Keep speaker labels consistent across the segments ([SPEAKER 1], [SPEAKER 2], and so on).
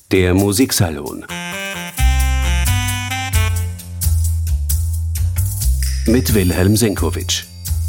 [SPEAKER 1] Der Musiksalon mit Wilhelm Senkowitsch.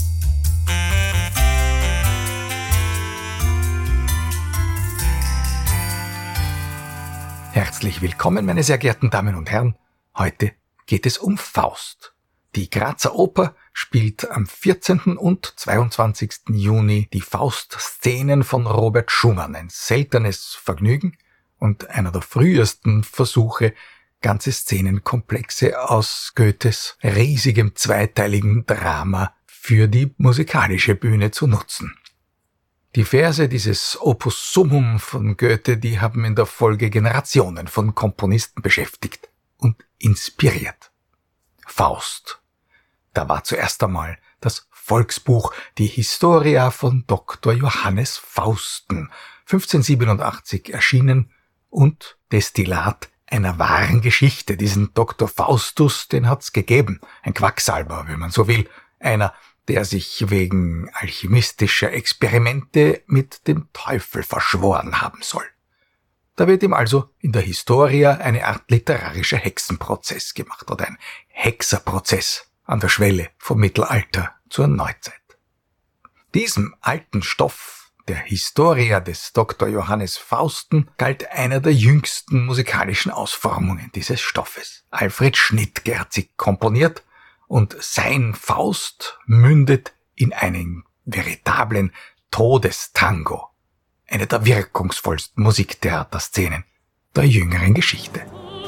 [SPEAKER 2] Herzlich willkommen, meine sehr geehrten Damen und Herren. Heute geht es um Faust. Die Grazer Oper spielt am 14. und 22. Juni die Faust-Szenen von Robert Schumann. Ein seltenes Vergnügen und einer der frühesten Versuche, ganze Szenenkomplexe aus Goethes riesigem zweiteiligen Drama für die musikalische Bühne zu nutzen. Die Verse dieses Opus Summum von Goethe, die haben in der Folge Generationen von Komponisten beschäftigt und inspiriert. Faust. Da war zuerst einmal das Volksbuch, die Historia von Dr. Johannes Fausten, 1587 erschienen und Destillat einer wahren Geschichte. Diesen Dr. Faustus, den hat's gegeben. Ein Quacksalber, wenn man so will. Einer, der sich wegen alchemistischer Experimente mit dem Teufel verschworen haben soll. Da wird ihm also in der Historia eine Art literarischer Hexenprozess gemacht oder ein Hexerprozess an der Schwelle vom Mittelalter zur Neuzeit. Diesem alten Stoff, der Historia des Dr. Johannes Fausten, galt einer der jüngsten musikalischen Ausformungen dieses Stoffes. Alfred Schnittke hat sie komponiert und sein Faust mündet in einen veritablen Todestango, eine der wirkungsvollsten Musiktheaterszenen der jüngeren Geschichte.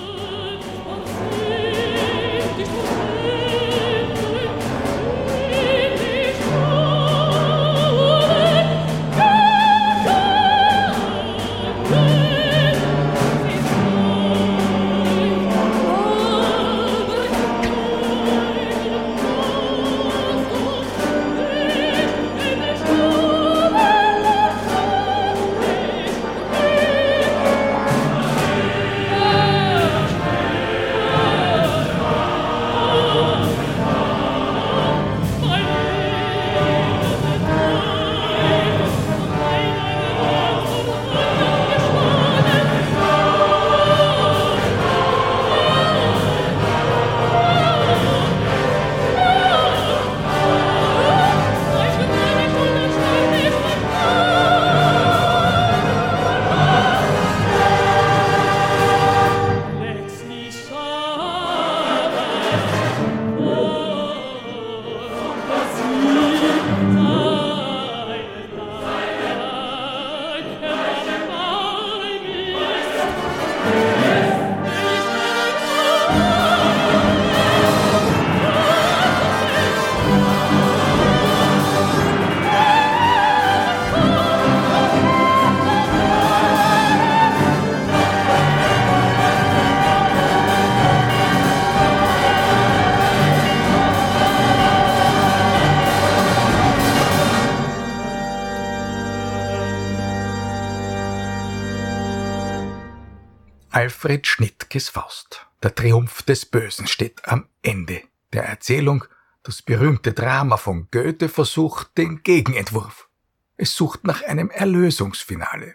[SPEAKER 2] Alfred Schnittkes Faust. Der Triumph des Bösen steht am Ende der Erzählung. Das berühmte Drama von Goethe versucht den Gegenentwurf. Es sucht nach einem Erlösungsfinale.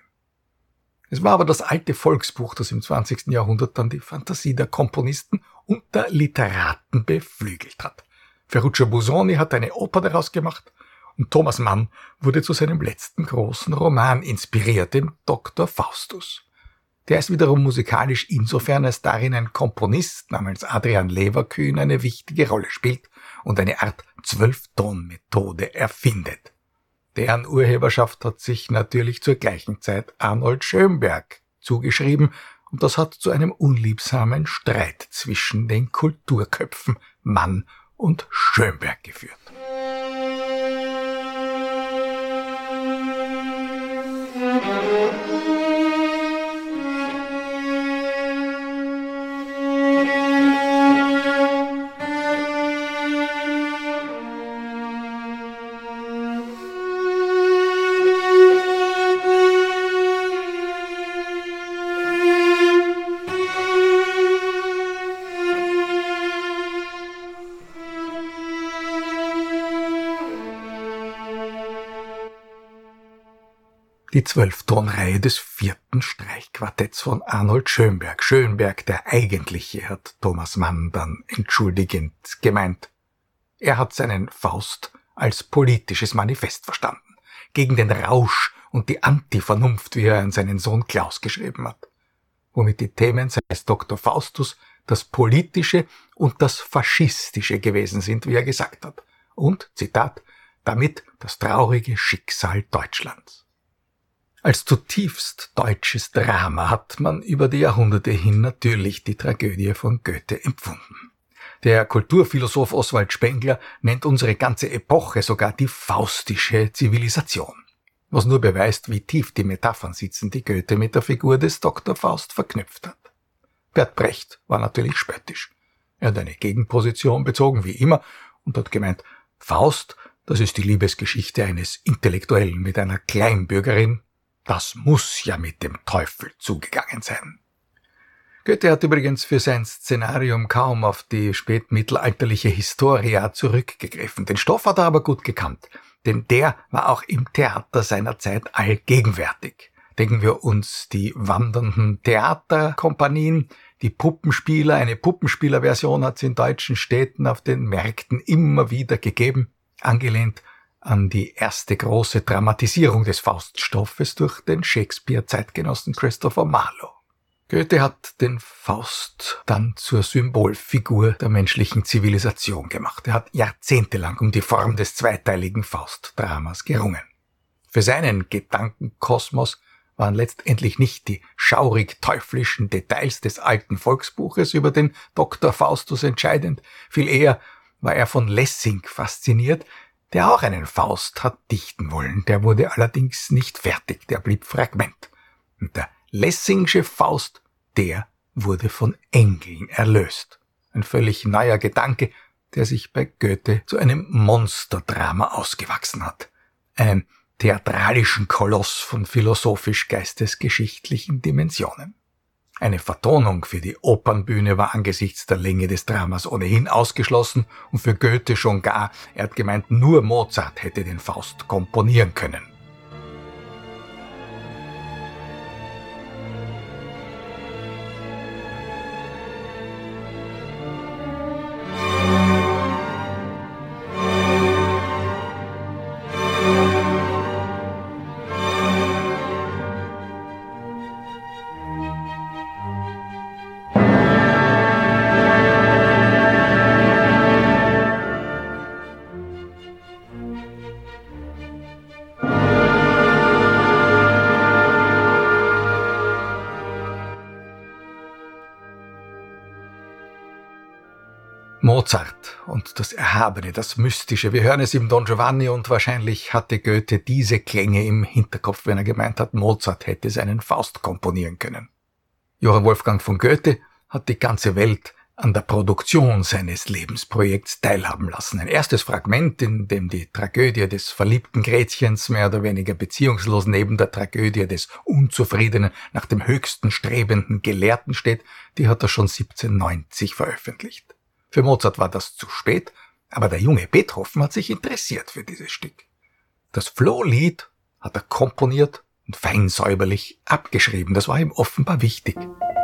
[SPEAKER 2] Es war aber das alte Volksbuch, das im 20. Jahrhundert dann die Fantasie der Komponisten und der Literaten beflügelt hat. Ferruccio Busoni hat eine Oper daraus gemacht und Thomas Mann wurde zu seinem letzten großen Roman inspiriert, dem Dr. Faustus. Der ist wiederum musikalisch insofern, als darin ein Komponist namens Adrian Leverkühn eine wichtige Rolle spielt und eine Art 12-Ton-Methode erfindet. Deren Urheberschaft hat sich natürlich zur gleichen Zeit Arnold Schönberg zugeschrieben und das hat zu einem unliebsamen Streit zwischen den Kulturköpfen Mann und Schönberg geführt. Die 12-Tonreihe des 4. Streichquartetts von Arnold Schönberg. Schönberg, der eigentliche, hat Thomas Mann dann entschuldigend gemeint. Er hat seinen Faust als politisches Manifest verstanden. Gegen den Rausch und die Antivernunft, wie er an seinen Sohn Klaus geschrieben hat. Womit die Themen seines Dr. Faustus das Politische und das Faschistische gewesen sind, wie er gesagt hat. Und, Zitat, damit das traurige Schicksal Deutschlands. Als zutiefst deutsches Drama hat man über die Jahrhunderte hin natürlich die Tragödie von Goethe empfunden. Der Kulturphilosoph Oswald Spengler nennt unsere ganze Epoche sogar die faustische Zivilisation. Was nur beweist, wie tief die Metaphern sitzen, die Goethe mit der Figur des Dr. Faust verknüpft hat. Bert Brecht war natürlich spöttisch. Er hat eine Gegenposition bezogen, wie immer, und hat gemeint, Faust, das ist die Liebesgeschichte eines Intellektuellen mit einer Kleinbürgerin. Das muss ja mit dem Teufel zugegangen sein. Goethe hat übrigens für sein Szenarium kaum auf die spätmittelalterliche Historia zurückgegriffen. Den Stoff hat er aber gut gekannt, denn der war auch im Theater seiner Zeit allgegenwärtig. Denken wir uns die wandernden Theaterkompanien, die Puppenspieler. Eine Puppenspielerversion hat es in deutschen Städten auf den Märkten immer wieder gegeben, angelehnt an die erste große Dramatisierung des Fauststoffes durch den Shakespeare-Zeitgenossen Christopher Marlowe. Goethe hat den Faust dann zur Symbolfigur der menschlichen Zivilisation gemacht. Er hat jahrzehntelang um die Form des zweiteiligen Faust-Dramas gerungen. Für seinen Gedankenkosmos waren letztendlich nicht die schaurig-teuflischen Details des alten Volksbuches über den Dr. Faustus entscheidend. Viel eher war er von Lessing fasziniert, der auch einen Faust hat dichten wollen. Der wurde allerdings nicht fertig, der blieb Fragment. Und der Lessingsche Faust, der wurde von Engeln erlöst. Ein völlig neuer Gedanke, der sich bei Goethe zu einem Monsterdrama ausgewachsen hat. Einem theatralischen Koloss von philosophisch-geistesgeschichtlichen Dimensionen. Eine Vertonung für die Opernbühne war angesichts der Länge des Dramas ohnehin ausgeschlossen und für Goethe schon gar. Er hat gemeint, nur Mozart hätte den Faust komponieren können. Mozart und das Erhabene, das Mystische. Wir hören es im Don Giovanni und wahrscheinlich hatte Goethe diese Klänge im Hinterkopf, wenn er gemeint hat, Mozart hätte seinen Faust komponieren können. Johann Wolfgang von Goethe hat die ganze Welt an der Produktion seines Lebensprojekts teilhaben lassen. Ein erstes Fragment, in dem die Tragödie des verliebten Gretchens mehr oder weniger beziehungslos neben der Tragödie des unzufriedenen, nach dem höchsten strebenden Gelehrten steht, die hat er schon 1790 veröffentlicht. Für Mozart war das zu spät, aber der junge Beethoven hat sich interessiert für dieses Stück. Das Flohlied hat er komponiert und fein säuberlich abgeschrieben. Das war ihm offenbar wichtig.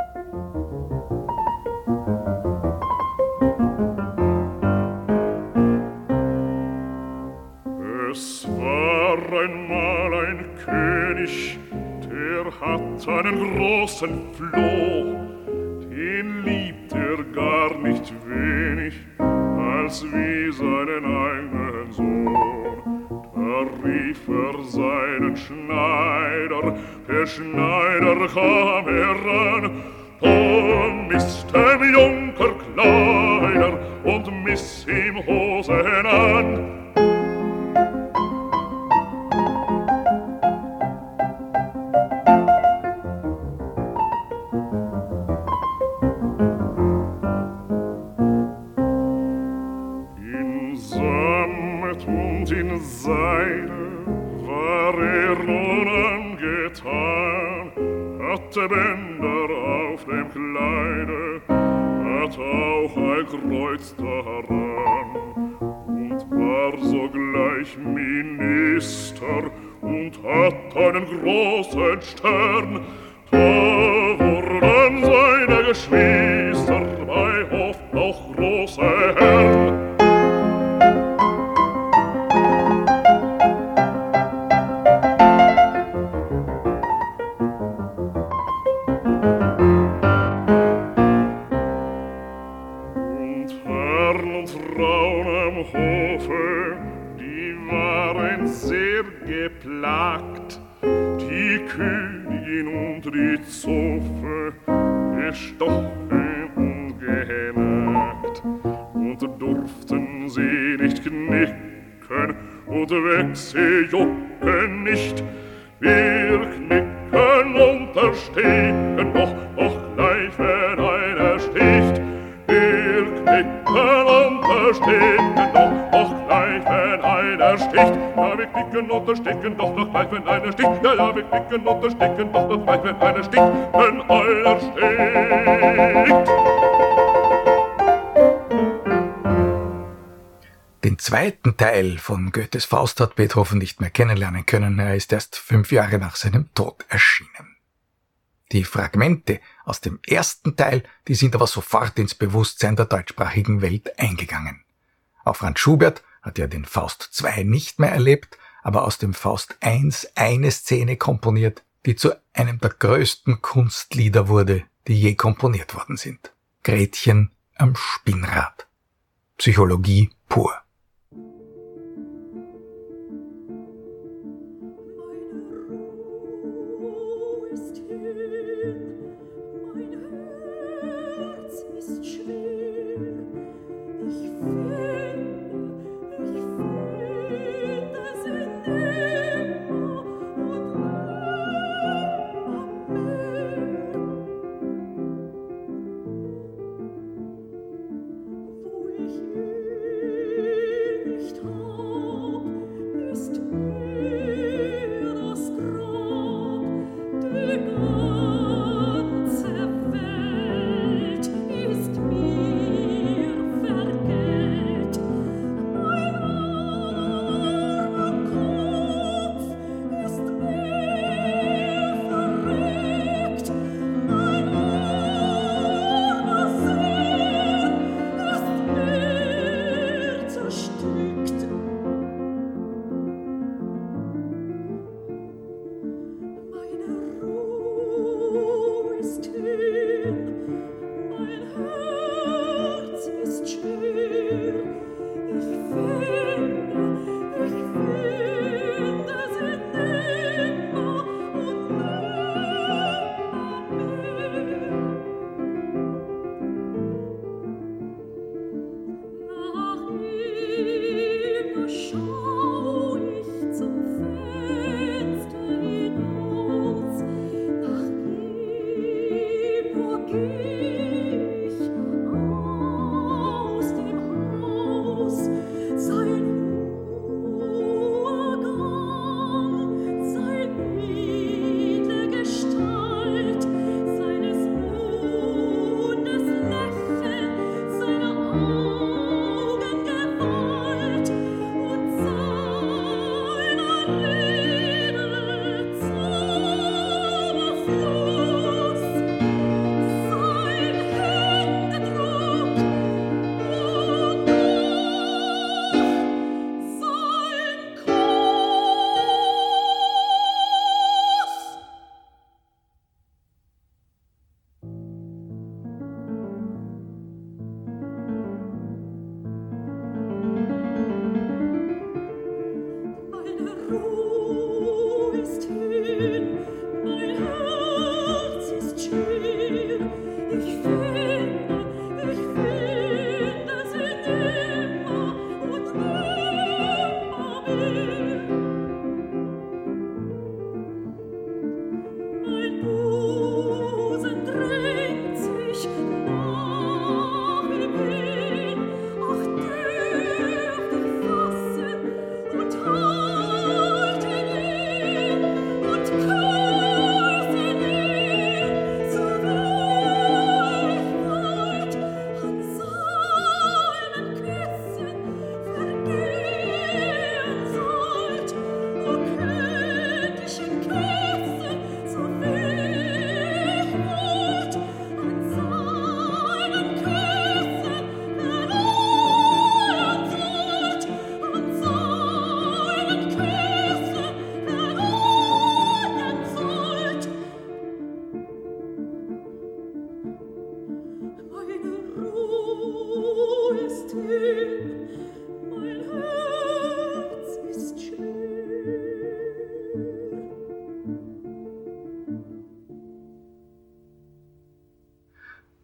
[SPEAKER 3] Es war einmal ein König, der hat einen großen Floh. Den liebt er gar nicht wenig, als wie seinen eigenen Sohn. Da rief er seinen Schneider, der Schneider kam heran, und misst dem Junker Kleider und miss ihm Hosen an. In Seide war nun angetan, hatte Bänder auf dem Kleide, hat auch ein Kreuz daran und war sogleich Minister und hat einen großen Stern. Da wurden seine Geschwister bei Hof noch große Herren. Und Herren und Frauen am Hofe, die waren sehr geplagt. Die Königin und die Zofe gestochen und genagt, und durften sie nicht knicken und wegjucken nicht. Wir knicken und ersticken doch gleich, wenn einer sticht. Wir knicken und ersticken doch gleich, wenn einer sticht. Ja, wir knicken und ersticken doch gleich, wenn einer sticht. Ja, wir knicken und ersticken doch gleich, wenn einer sticht. Wenn einer stickt.
[SPEAKER 2] Den zweiten Teil von Goethes Faust hat Beethoven nicht mehr kennenlernen können. Er ist erst 5 Jahre nach seinem Tod erschienen. Die Fragmente aus dem ersten Teil, die sind aber sofort ins Bewusstsein der deutschsprachigen Welt eingegangen. Auch Franz Schubert hat ja den Faust II nicht mehr erlebt, aber aus dem Faust I eine Szene komponiert, die zu einem der größten Kunstlieder wurde, die je komponiert worden sind. Gretchen am Spinnrad. Psychologie pur.
[SPEAKER 4] Und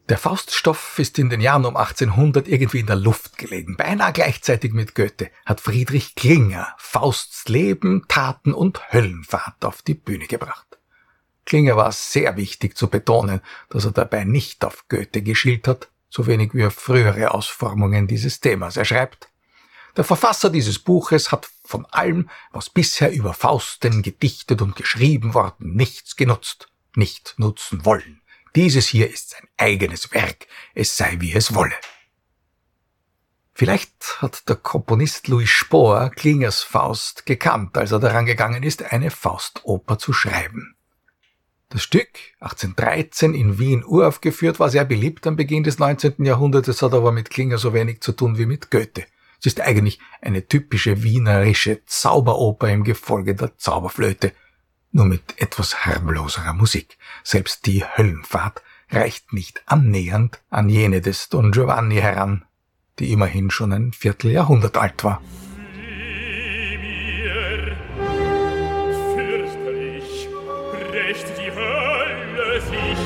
[SPEAKER 2] Der Fauststoff ist in den Jahren um 1800 irgendwie in der Luft gelegen. Beinahe gleichzeitig mit Goethe hat Friedrich Klinger Fausts Leben, Taten und Höllenfahrt auf die Bühne gebracht. Klinger war es sehr wichtig zu betonen, dass er dabei nicht auf Goethe geschielt hat, so wenig wie auf frühere Ausformungen dieses Themas. Er schreibt: Der Verfasser dieses Buches hat von allem, was bisher über Fausten gedichtet und geschrieben worden, nichts genutzt, nicht nutzen wollen. Dieses hier ist sein eigenes Werk, es sei wie es wolle. Vielleicht hat der Komponist Louis Spohr Klingers Faust gekannt, als er daran gegangen ist, eine Faustoper zu schreiben. Das Stück, 1813 in Wien uraufgeführt, war sehr beliebt am Beginn des 19. Jahrhunderts, hat aber mit Klinger so wenig zu tun wie mit Goethe. Es ist eigentlich eine typische wienerische Zauberoper im Gefolge der Zauberflöte, nur mit etwas harmloserer Musik. Selbst die Höllenfahrt reicht nicht annähernd an jene des Don Giovanni heran, die immerhin schon ein Vierteljahrhundert alt war.
[SPEAKER 3] Sieh mir, fürchterlich rächt die Hölle sich.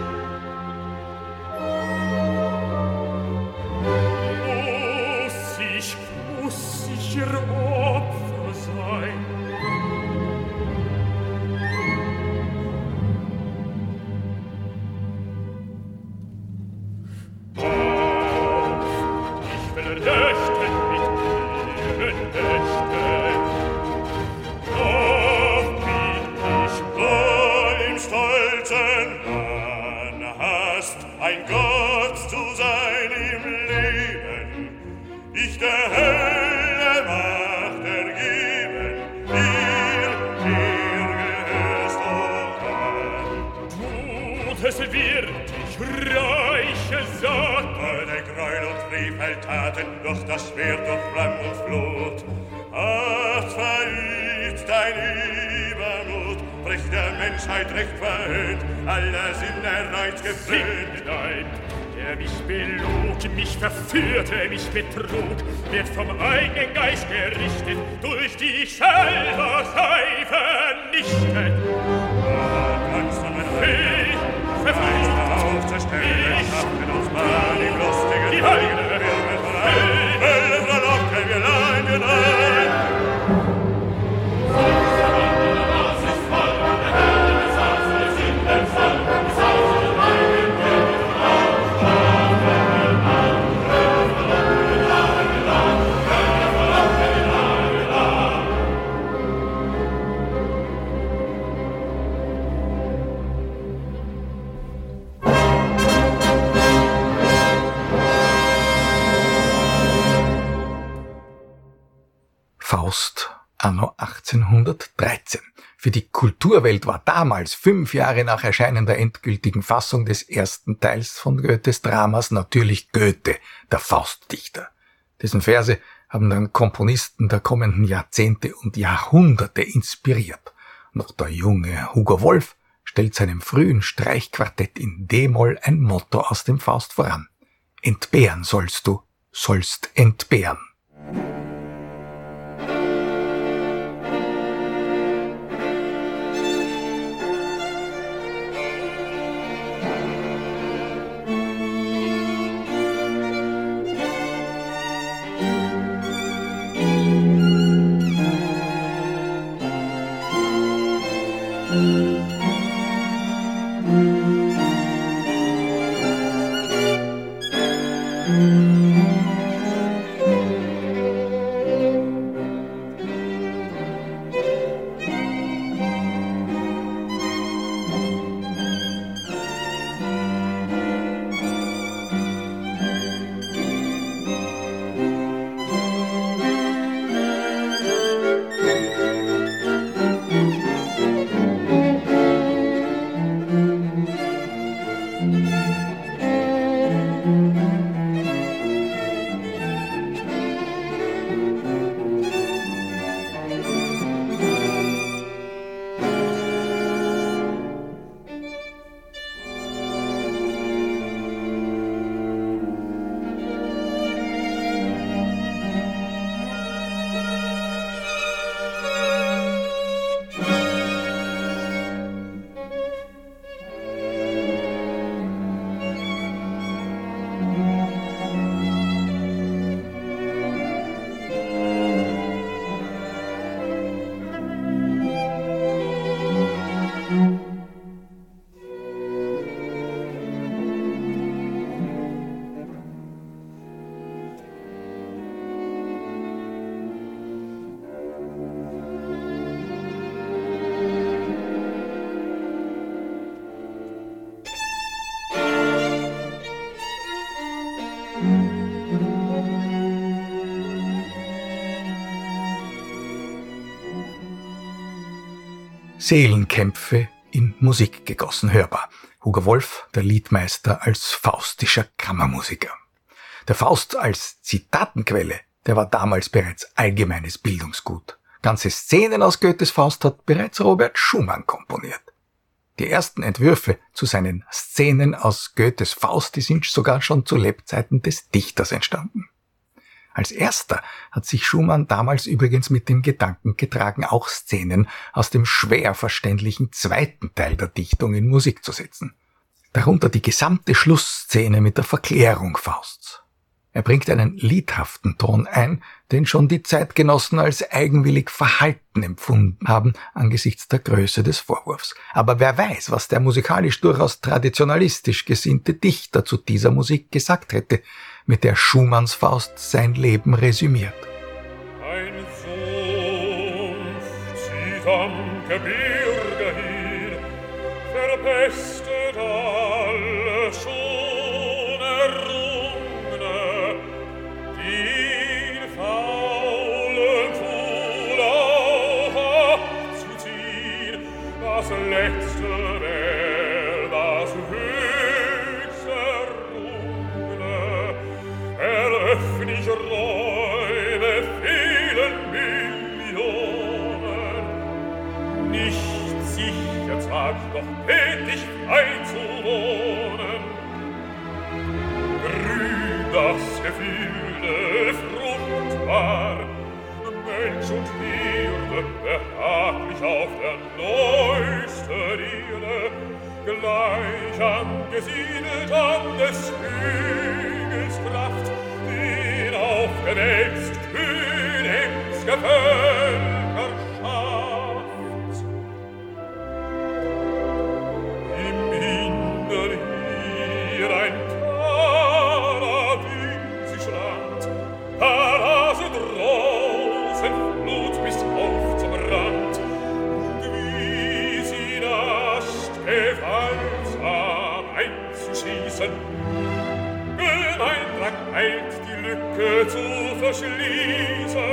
[SPEAKER 3] Muss ich ihr Opfer sein? Ich will rechten mit ihren Nächten. Doch bin ich beim stolzen Mann, hast ein Gott zu sein im Leben. Ich der Hölle Macht ergeben, ihr gehörst doch an. Tut es wird ich reiche satt, der Gräuel und Freveltaten durch das Schwert, durch Flamm und Flut. Ach, verübt dein Übermut, bricht der Menschheit recht verhöhnt, aller Sinne reiz gefüllt. Nein, der mich belog, mich verführte, mich betrug, wird vom eigenen Geist gerichtet, durch die ich selber sei vernichtet. Kannst du mein Fee, verfeinst auf, zerstellen, schaffen uns mal im lustigen die eigene Hölle verlocken wir allein, wir allein.
[SPEAKER 2] Faust anno 1813. Für die Kulturwelt war damals, 5 Jahre nach Erscheinen der endgültigen Fassung des ersten Teils von Goethes Dramas, natürlich Goethe, der Faustdichter. Dessen Verse haben dann Komponisten der kommenden Jahrzehnte und Jahrhunderte inspiriert. Noch der junge Hugo Wolf stellt seinem frühen Streichquartett in D-Moll ein Motto aus dem Faust voran: Entbehren sollst du, sollst entbehren. Seelenkämpfe in Musik gegossen hörbar. Hugo Wolf, der Liedmeister als faustischer Kammermusiker. Der Faust als Zitatenquelle, der war damals bereits allgemeines Bildungsgut. Ganze Szenen aus Goethes Faust hat bereits Robert Schumann komponiert. Die ersten Entwürfe zu seinen Szenen aus Goethes Faust, die sind sogar schon zu Lebzeiten des Dichters entstanden. Als erster hat sich Schumann damals übrigens mit dem Gedanken getragen, auch Szenen aus dem schwer verständlichen zweiten Teil der Dichtung in Musik zu setzen. Darunter die gesamte Schlussszene mit der Verklärung Fausts. Er bringt einen liedhaften Ton ein, den schon die Zeitgenossen als eigenwillig verhalten empfunden haben angesichts der Größe des Vorwurfs. Aber wer weiß, was der musikalisch durchaus traditionalistisch gesinnte Dichter zu dieser Musik gesagt hätte, mit der Schumanns Faust sein Leben resümiert.
[SPEAKER 3] Ein Sumpf zieht am Gebirge hin, verpestet alle schon Errungene, den faulen Pfuhl auch abzuziehen, das letzte wär das höchste Errungene. Eröffn ich Räume vielen Millionen, nicht sicher zwar, doch tätig frei zu wohnen. Grün das Gefühl fruchtbar, Mensch und Tiere behaglich auf der neuesten Erde, gleich angesiedelt an des Hügels Kraft, den aufgewächst Königsgevölker schafft. Im Innern hier ein paradiesisch Land, da rase draußen Flut bis auf zum Rand, und wie sie nascht, gewaltsam einzuschießen, gemein Drang eilt, die Lücke zu verschließen.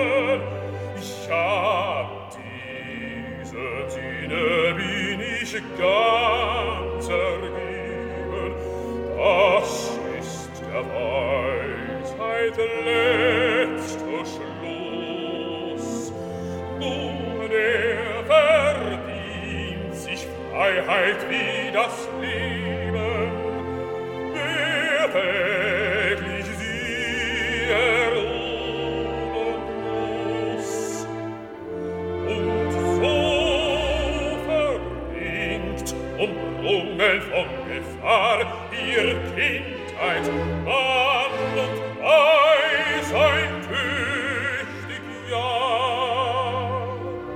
[SPEAKER 3] Ja, diesem Sinne bin ich ganz ergeben, das ist der Weisheit letzter Schluss. Nur der verdient sich Freiheit wie das Leben, wer täglich sie erobern muss. Und so verringt, umrungen von Gefahr, ihr Kindheit, Mann und Weisheit tüchtig Jahr.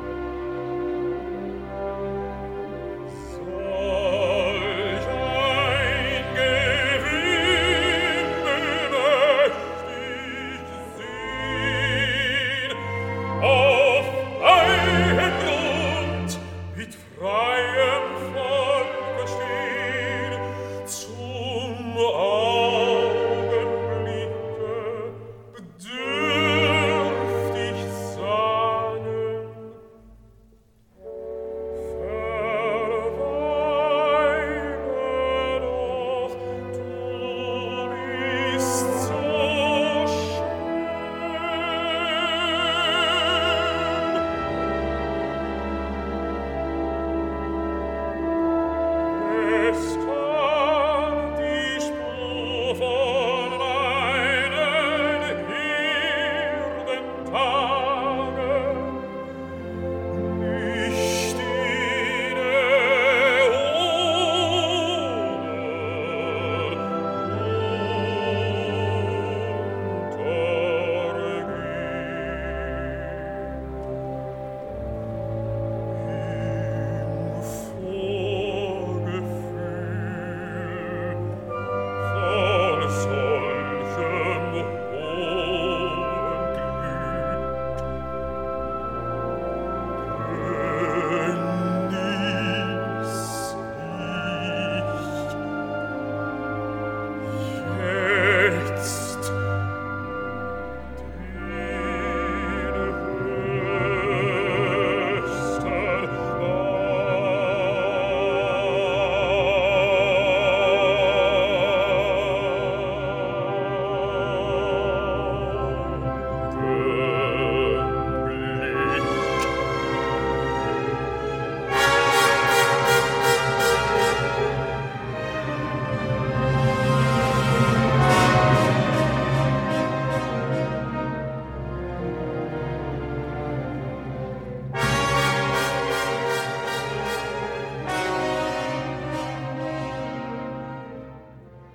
[SPEAKER 3] Solch ein Gewimmel möcht ich sehen, auf freiem Grund, mit freiem Volke stehen, zum Augenblicke bedürftig sein.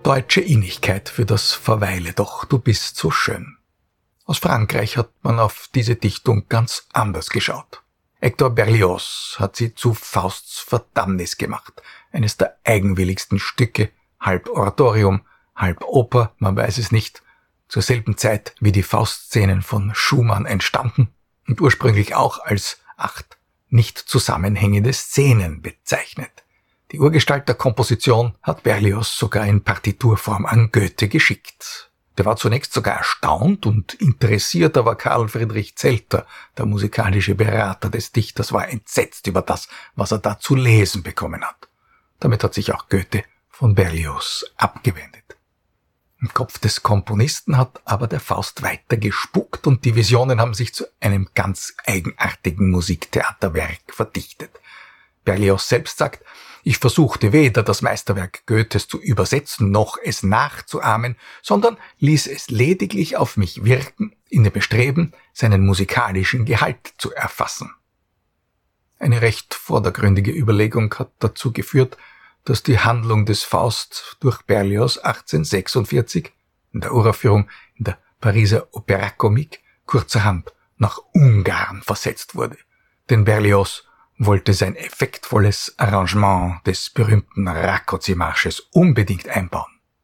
[SPEAKER 2] deutsche Innigkeit für das Verweile doch, du bist so schön. Aus Frankreich hat man auf diese Dichtung ganz anders geschaut. Hector Berlioz hat sie zu Fausts Verdammnis gemacht, eines der eigenwilligsten Stücke, halb Oratorium, halb Oper, man weiß es nicht, zur selben Zeit wie die Faustszenen von Schumann entstanden und ursprünglich auch als 8 nicht zusammenhängende Szenen bezeichnet. Die Urgestalt der Komposition hat Berlioz sogar in Partiturform an Goethe geschickt. Der war zunächst sogar erstaunt und interessiert, aber Karl Friedrich Zelter, der musikalische Berater des Dichters, war entsetzt über das, was er da zu lesen bekommen hat. Damit hat sich auch Goethe von Berlioz abgewendet. Im Kopf des Komponisten hat aber der Faust weiter gespuckt und die Visionen haben sich zu einem ganz eigenartigen Musiktheaterwerk verdichtet. Berlioz selbst sagt, ich versuchte weder das Meisterwerk Goethes zu übersetzen noch es nachzuahmen, sondern ließ es lediglich auf mich wirken, in dem Bestreben, seinen musikalischen Gehalt zu erfassen. Eine recht vordergründige Überlegung hat dazu geführt, dass die Handlung des Faust durch Berlioz 1846 in der Uraufführung in der Pariser Opéra Comique kurzerhand nach Ungarn versetzt wurde. Denn Berlioz wollte sein effektvolles Arrangement des berühmten Rákóczi-Marsches unbedingt einbauen.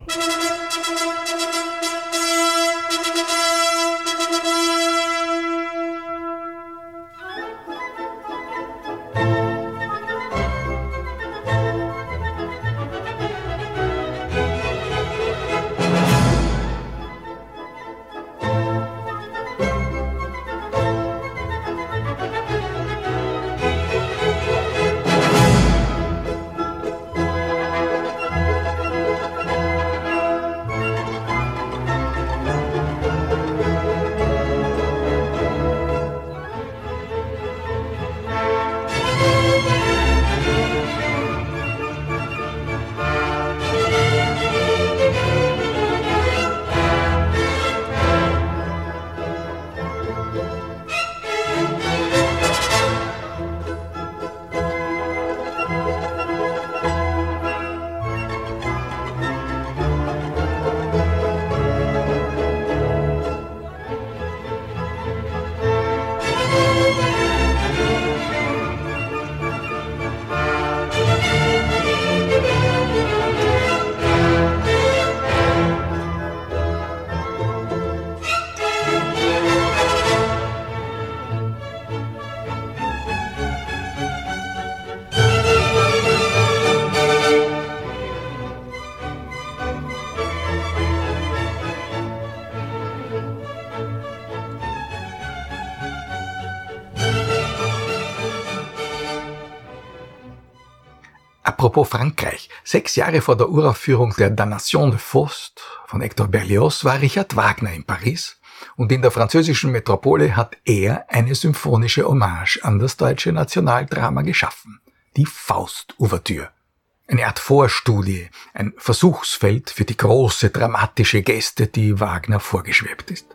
[SPEAKER 2] Apropos Frankreich. 6 Jahre vor der Uraufführung der Damnation de Faust von Hector Berlioz war Richard Wagner in Paris und in der französischen Metropole hat er eine symphonische Hommage an das deutsche Nationaldrama geschaffen. Die Faust-Ouvertüre. Eine Art Vorstudie, ein Versuchsfeld für die große dramatische Geste, die Wagner vorgeschwebt ist.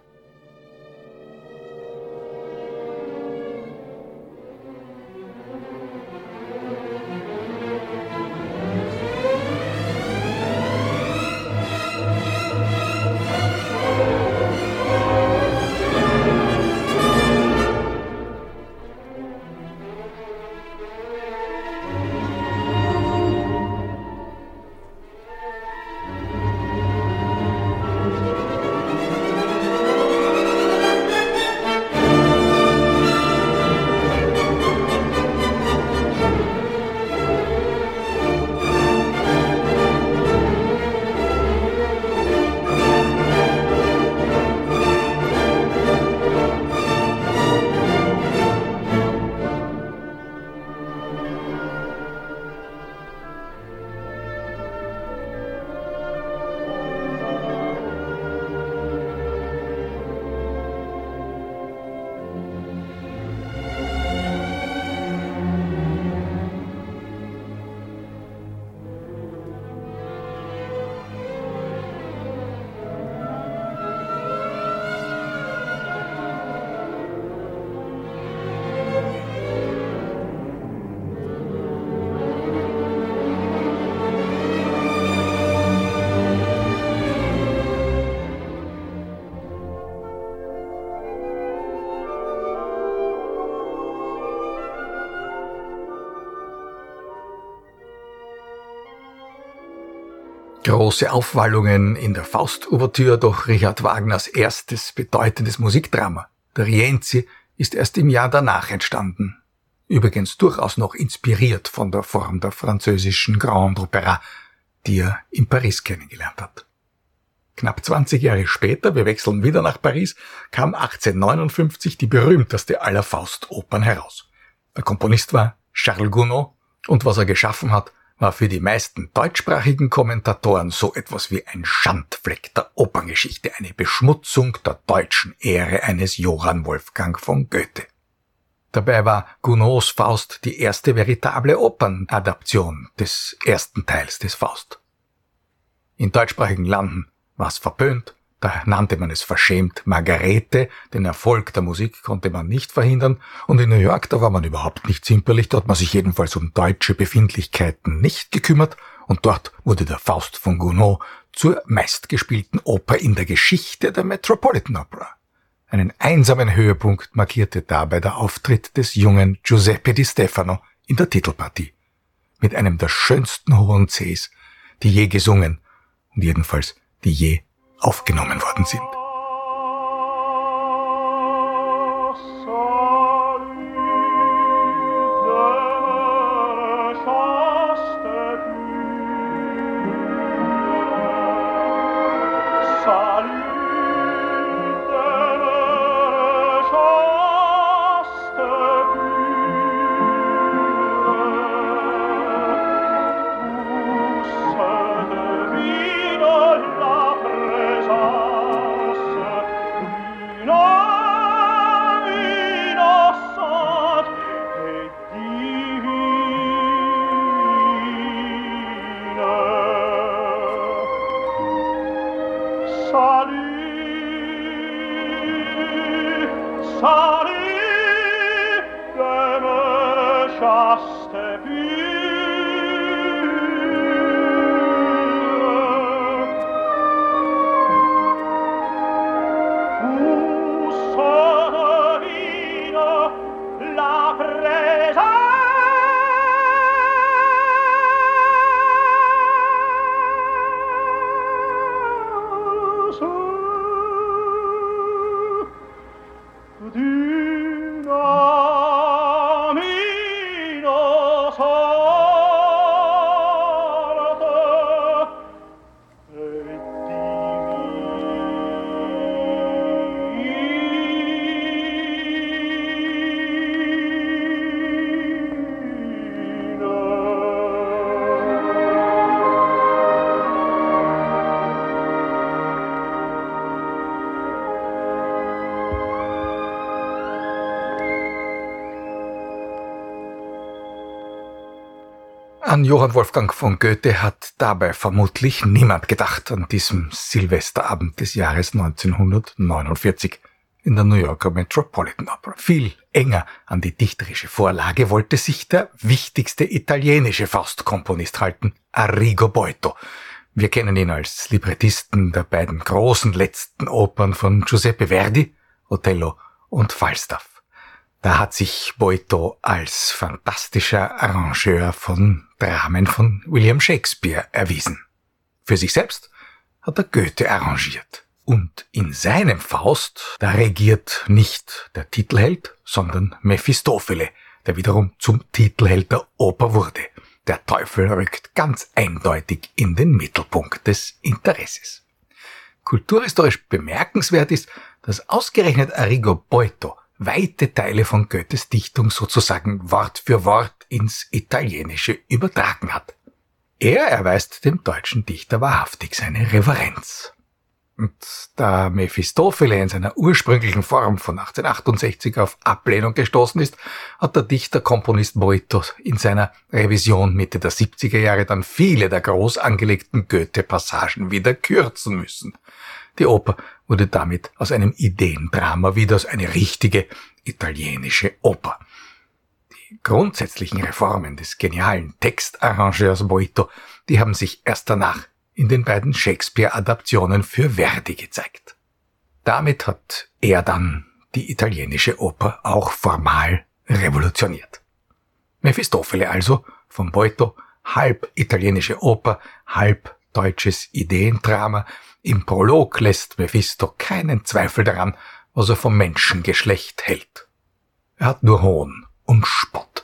[SPEAKER 2] Große Aufwallungen in der Faust-Ouvertüre durch Richard Wagners erstes bedeutendes Musikdrama, der Rienzi, ist erst im Jahr danach entstanden. Übrigens durchaus noch inspiriert von der Form der französischen Grande Opéra, die er in Paris kennengelernt hat. Knapp 20 Jahre später, wir wechseln wieder nach Paris, kam 1859 die berühmteste aller Faust-Opern heraus. Der Komponist war Charles Gounod und was er geschaffen hat, war für die meisten deutschsprachigen Kommentatoren so etwas wie ein Schandfleck der Operngeschichte, eine Beschmutzung der deutschen Ehre eines Johann Wolfgang von Goethe. Dabei war Gounods Faust die erste veritable Opernadaption des ersten Teils des Faust. In deutschsprachigen Landen war es verpönt, da nannte man es verschämt Margarete, den Erfolg der Musik konnte man nicht verhindern, und in New York, da war man überhaupt nicht zimperlich, dort hat man sich jedenfalls um deutsche Befindlichkeiten nicht gekümmert, und dort wurde der Faust von Gounod zur meistgespielten Oper in der Geschichte der Metropolitan Opera. Einen einsamen Höhepunkt markierte dabei der Auftritt des jungen Giuseppe Di Stefano in der Titelpartie, mit einem der schönsten hohen Cs, die je gesungen und jedenfalls die je aufgenommen worden sind. An Johann Wolfgang von Goethe hat dabei vermutlich niemand gedacht an diesem Silvesterabend des Jahres 1949 in der New Yorker Metropolitan Opera. Viel enger an die dichterische Vorlage wollte sich der wichtigste italienische Faustkomponist halten, Arrigo Boito. Wir kennen ihn als Librettisten der beiden großen letzten Opern von Giuseppe Verdi, Othello und Falstaff. Da hat sich Boito als fantastischer Arrangeur von Dramen von William Shakespeare erwiesen. Für sich selbst hat er Goethe arrangiert. Und in seinem Faust, da regiert nicht der Titelheld, sondern Mephistophele, der wiederum zum Titelheld der Oper wurde. Der Teufel rückt ganz eindeutig in den Mittelpunkt des Interesses. Kulturhistorisch bemerkenswert ist, dass ausgerechnet Arrigo Boito weite Teile von Goethes Dichtung sozusagen Wort für Wort ins Italienische übertragen hat. Er erweist dem deutschen Dichter wahrhaftig seine Reverenz. Und da Mephistophele in seiner ursprünglichen Form von 1868 auf Ablehnung gestoßen ist, hat der Dichter-Komponist Boito in seiner Revision Mitte der 70er Jahre dann viele der groß angelegten Goethe-Passagen wieder kürzen müssen. Die Oper wurde damit aus einem Ideendrama wieder aus eine richtige italienische Oper. Die grundsätzlichen Reformen des genialen Textarrangeurs Boito, die haben sich erst danach in den beiden Shakespeare-Adaptionen für Verdi gezeigt. Damit hat er dann die italienische Oper auch formal revolutioniert. Mephistophele also von Boito, halb italienische Oper, halb deutsches Ideendrama. Im Prolog lässt Mephisto keinen Zweifel daran, was er vom Menschengeschlecht hält. Er hat nur Hohn und Spott.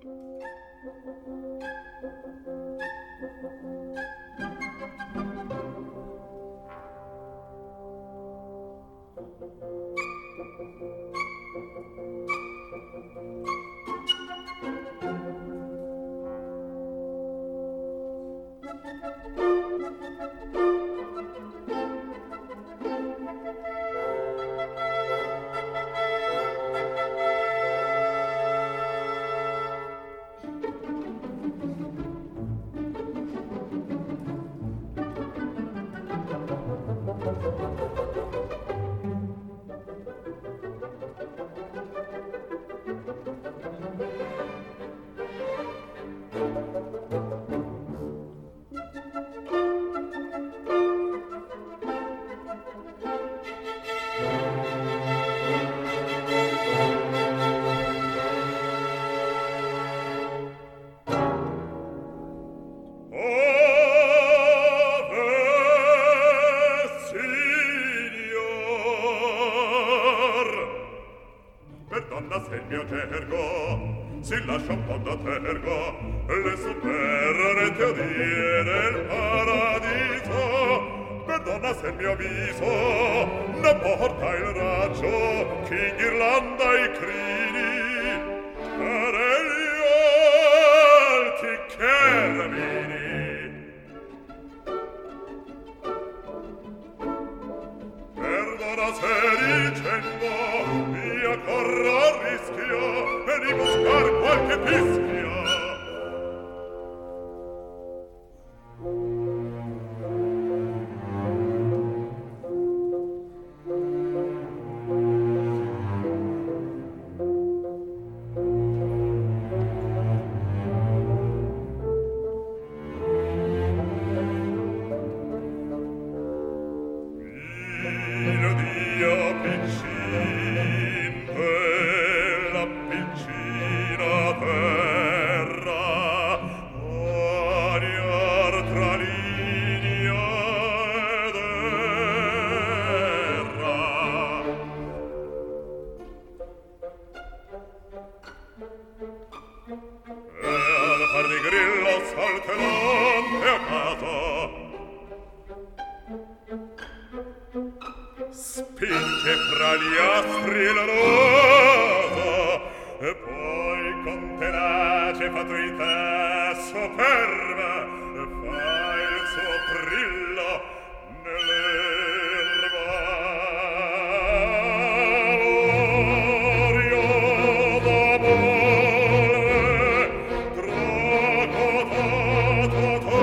[SPEAKER 3] Si lascia un po' da terga le superre teorie del paradiso. Perdona se il mio viso non porta il raggio che in ghirlanda i crini per gli alti cherubini. Perdona se dicendo io corro a rischio di buscar qualche fischia. Spinge fra gli astri la rosa e poi con tenace fatuità superba fa il suo brillo nell'erba. L'orio d'amore tracotato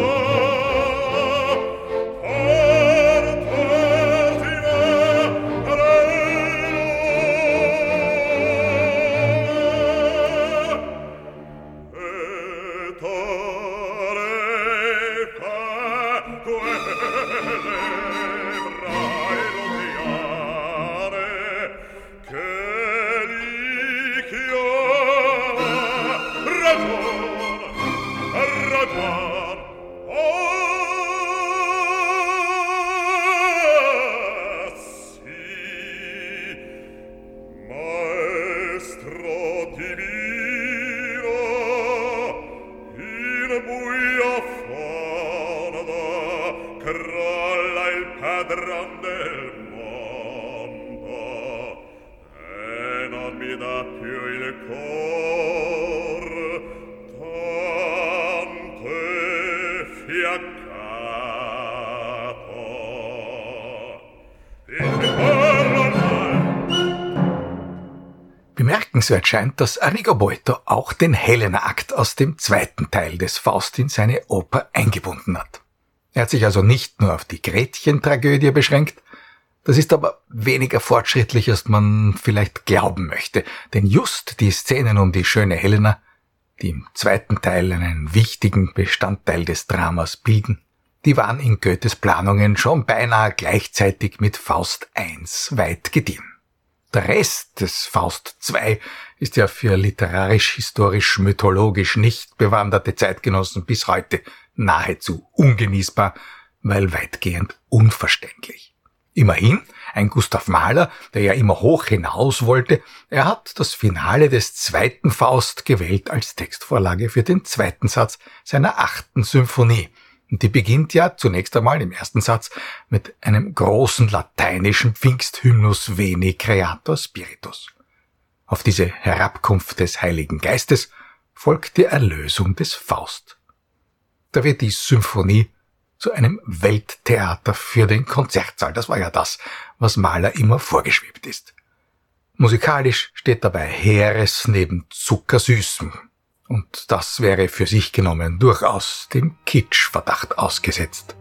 [SPEAKER 2] Bemerkenswert scheint, dass Arrigo Boito auch den Helena-Akt aus dem zweiten Teil des Faust in seine Oper eingebunden hat. Er hat sich also nicht nur auf die Gretchen-Tragödie beschränkt, das ist aber weniger fortschrittlich, als man vielleicht glauben möchte, denn just die Szenen um die schöne Helena, die im zweiten Teil einen wichtigen Bestandteil des Dramas bilden, die waren in Goethes Planungen schon beinahe gleichzeitig mit Faust I weit gediehen. Der Rest des Faust II ist ja für literarisch, historisch, mythologisch nicht bewanderte Zeitgenossen bis heute nahezu ungenießbar, weil weitgehend unverständlich. Immerhin, ein Gustav Mahler, der ja immer hoch hinaus wollte, er hat das Finale des zweiten Faust gewählt als Textvorlage für den zweiten Satz seiner 8. Symphonie. Und die beginnt ja zunächst einmal im ersten Satz mit einem großen lateinischen Pfingsthymnus Veni Creator Spiritus. Auf diese Herabkunft des Heiligen Geistes folgt die Erlösung des Faust. Da wird die Symphonie zu einem Welttheater für den Konzertsaal. Das war ja das, was Mahler immer vorgeschwebt ist. Musikalisch steht dabei Heeres neben Zuckersüßem. Und das wäre für sich genommen durchaus dem Kitschverdacht ausgesetzt.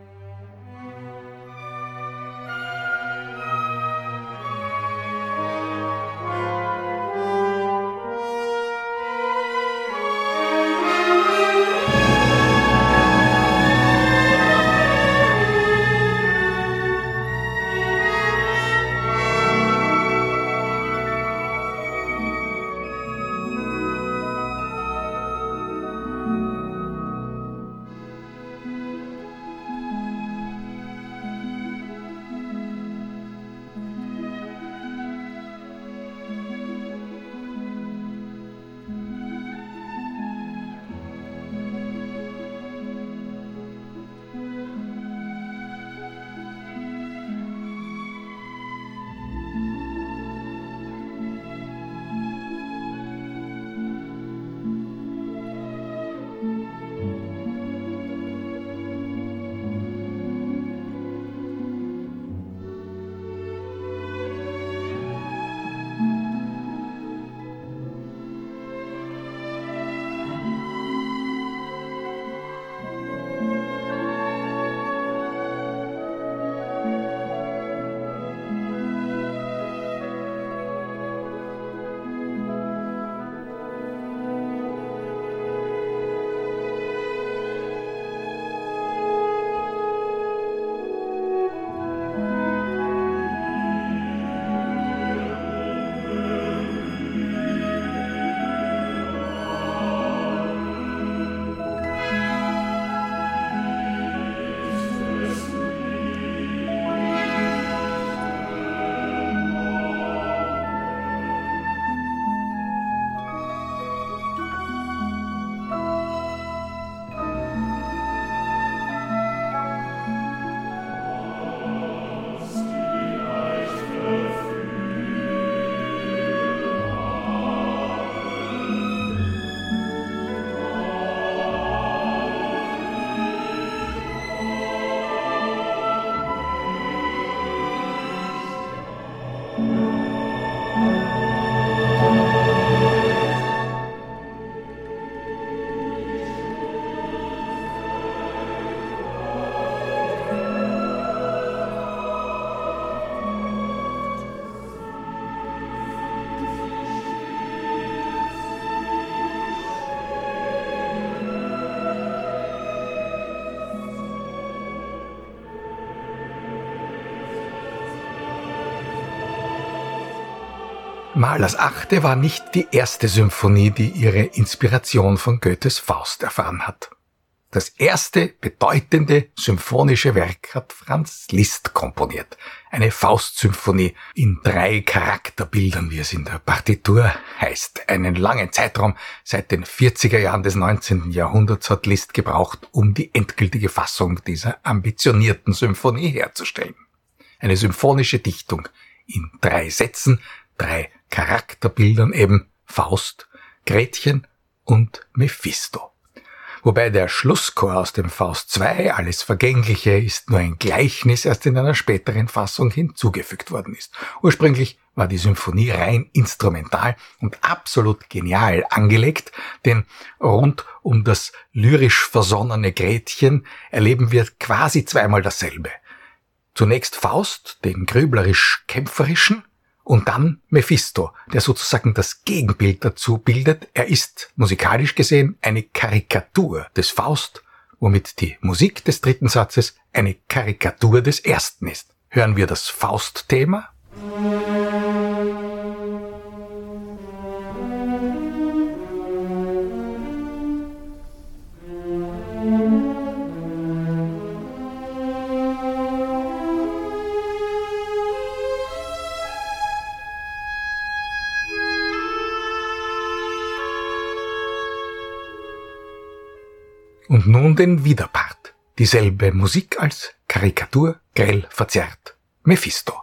[SPEAKER 2] Mahlers 8. war nicht die erste Symphonie, die ihre Inspiration von Goethes Faust erfahren hat. Das erste bedeutende symphonische Werk hat Franz Liszt komponiert. Eine Faustsymphonie in 3 Charakterbildern, wie es in der Partitur heißt. Einen langen Zeitraum seit den 40er Jahren des 19. Jahrhunderts hat Liszt gebraucht, um die endgültige Fassung dieser ambitionierten Symphonie herzustellen. Eine symphonische Dichtung in 3 Sätzen, 3 Charakterbildern eben Faust, Gretchen und Mephisto. Wobei der Schlusschor aus dem Faust 2, alles Vergängliche, ist nur ein Gleichnis, erst in einer späteren Fassung hinzugefügt worden ist. Ursprünglich war die Symphonie rein instrumental und absolut genial angelegt, denn rund um das lyrisch versonnene Gretchen erleben wir quasi 2-mal dasselbe. Zunächst Faust, den grüblerisch-kämpferischen, und dann Mephisto, der sozusagen das Gegenbild dazu bildet. Er ist musikalisch gesehen eine Karikatur des Faust, womit die Musik des 3. Satzes eine Karikatur des 1. ist. Hören wir das Faust-Thema. Und nun den Widerpart. Dieselbe Musik als Karikatur, grell verzerrt. Mephisto.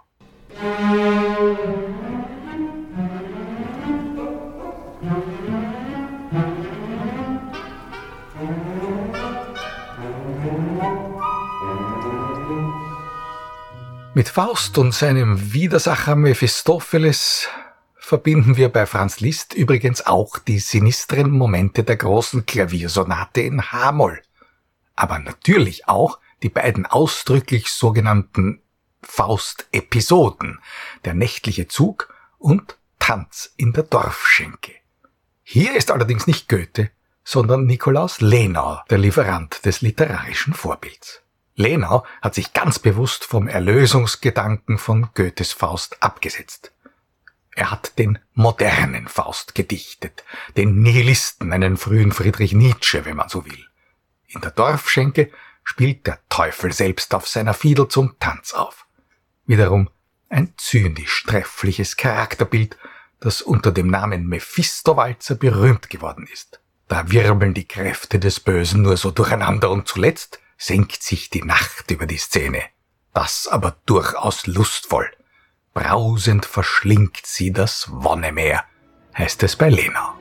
[SPEAKER 2] Mit Faust und seinem Widersacher Mephistopheles verbinden wir bei Franz Liszt übrigens auch die sinistren Momente der großen Klaviersonate in H-Moll. Aber natürlich auch die beiden ausdrücklich sogenannten Faust-Episoden, der nächtliche Zug und Tanz in der Dorfschenke. Hier ist allerdings nicht Goethe, sondern Nikolaus Lenau der Lieferant des literarischen Vorbilds. Lenau hat sich ganz bewusst vom Erlösungsgedanken von Goethes Faust abgesetzt. Er hat den modernen Faust gedichtet, den Nihilisten, einen frühen Friedrich Nietzsche, wenn man so will. In der Dorfschenke spielt der Teufel selbst auf seiner Fiedel zum Tanz auf. Wiederum ein zynisch treffliches Charakterbild, das unter dem Namen Mephisto-Walzer berühmt geworden ist. Da wirbeln die Kräfte des Bösen nur so durcheinander und zuletzt senkt sich die Nacht über die Szene. Das aber durchaus lustvoll. Brausend verschlingt sie das Wonnemeer, heißt es bei Lenau.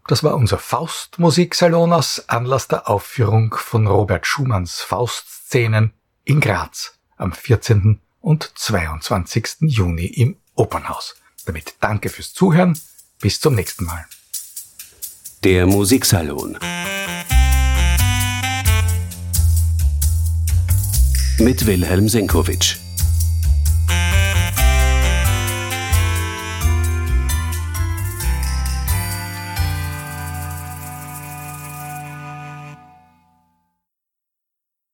[SPEAKER 2] Das war unser Faust-Musiksalon aus Anlass der Aufführung von Robert Schumanns Faust-Szenen in Graz am 14. und 22. Juni im Opernhaus. Damit danke fürs Zuhören. Bis zum nächsten Mal.
[SPEAKER 1] Der Musiksalon mit Wilhelm Senkowitsch.